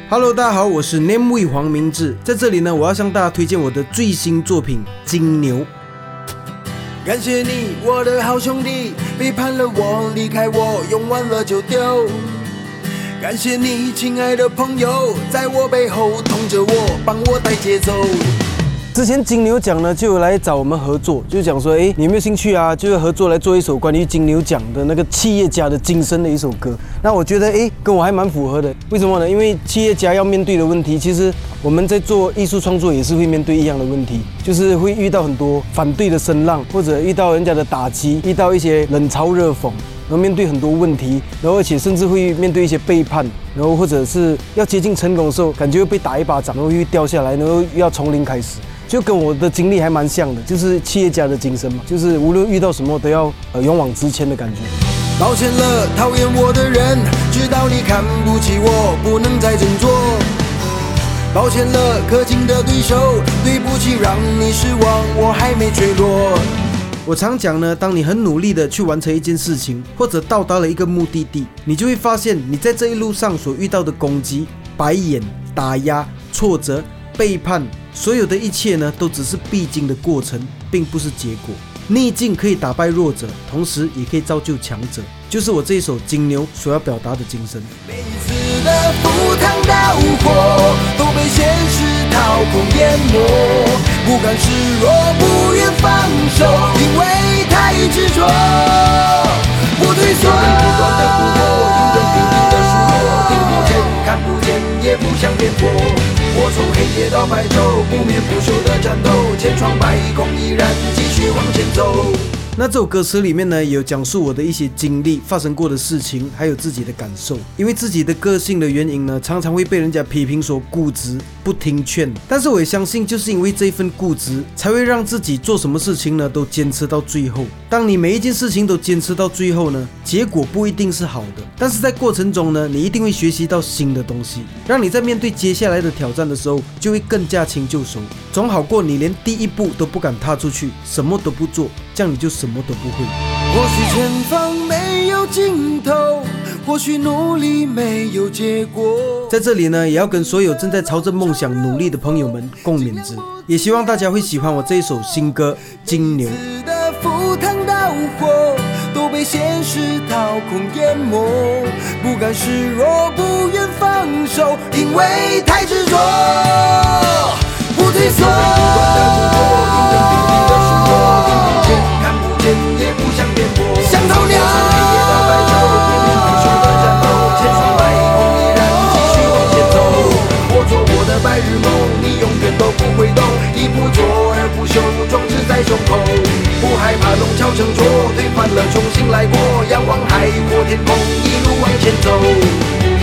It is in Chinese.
Hello， 大家好，我是 Namewee 黄明志，在这里呢，我要向大家推荐我的最新作品《金牛》。 感谢你，我的好兄弟，背叛了我，离开我，用完了就丢。感谢你，亲爱的朋友，在我背后捅着我，帮我带节奏。 之前金牛奖呢就有来找我们合作，就讲说，你有没有兴趣啊？就是合作来做一首关于金牛奖的那个企业家的精神的一首歌。那我觉得，跟我还蛮符合的。为什么呢？因为企业家要面对的问题，其实我们在做艺术创作也是会面对一样的问题，就是会遇到很多反对的声浪，或者遇到人家的打击，遇到一些冷嘲热讽。然后面对很多问题，然后而且甚至会面对一些背叛，然后或者是要接近成功的时候，感觉会被打一巴掌，然后又掉下来，然后又要从零开始，就跟我的经历还蛮像的，就是企业家的精神嘛，就是无论遇到什么都要勇往直前的感觉。 抱歉了，讨厌我的人，知道你看不起我，不能再振作。抱歉了，氪金的对手，对不起让你失望，我还没坠落。 我常讲呢，当你很努力的去完成一件事情，或者到达了一个目的地，你就会发现你在这一路上所遇到的攻击、白眼、打压、挫折、背叛，所有的一切呢，都只是必经的过程，并不是结果。逆境可以打败弱者，同时也可以造就强者，就是我这一首《金牛》所要表达的精神。 每一次的赴汤蹈火，都被现实掏空淹没，不甘示弱，不愿放手，因为太执着，不退缩。有人不断的蛊惑，有人不停的数落，听不见，看不见，也不想辩驳。我从黑夜到白昼，不眠不休的战斗，千疮百孔依然继续往前走。 那这首歌词里面呢，有讲述我的一些经历、发生过的事情，还有自己的感受。因为自己的个性的原因呢，常常会被人家批评说固执、不听劝。但是我也相信，就是因为这一份固执，才会让自己做什么事情呢，都坚持到最后。当你每一件事情都坚持到最后呢，结果不一定是好的，但是在过程中呢，你一定会学习到新的东西，让你在面对接下来的挑战的时候，就会更加轻就熟。总好过你连第一步都不敢踏出去，什么都不做，这样你就什么都不会。 或许前方没有尽头，或许努力没有结果。 在这里呢，也要跟所有正在朝着梦想努力的朋友们共勉之，也希望大家会喜欢我这一首新歌《金牛》。 赴汤蹈火，都被现实掏空淹没，不甘示弱，不愿放手，因为太执着，不退缩。不断的蛊惑，有人不停的数落，听不见，看不见，也不想辩驳。像头鸟，从黑夜到白昼，不眠不休的战斗，千疮百孔依然继续往前走。我做我的白日梦，你永远都不会懂，一不做二不休，壮志在胸口。不害怕弄巧成拙，推翻了重新来过，仰望海阔天空，一路往前走。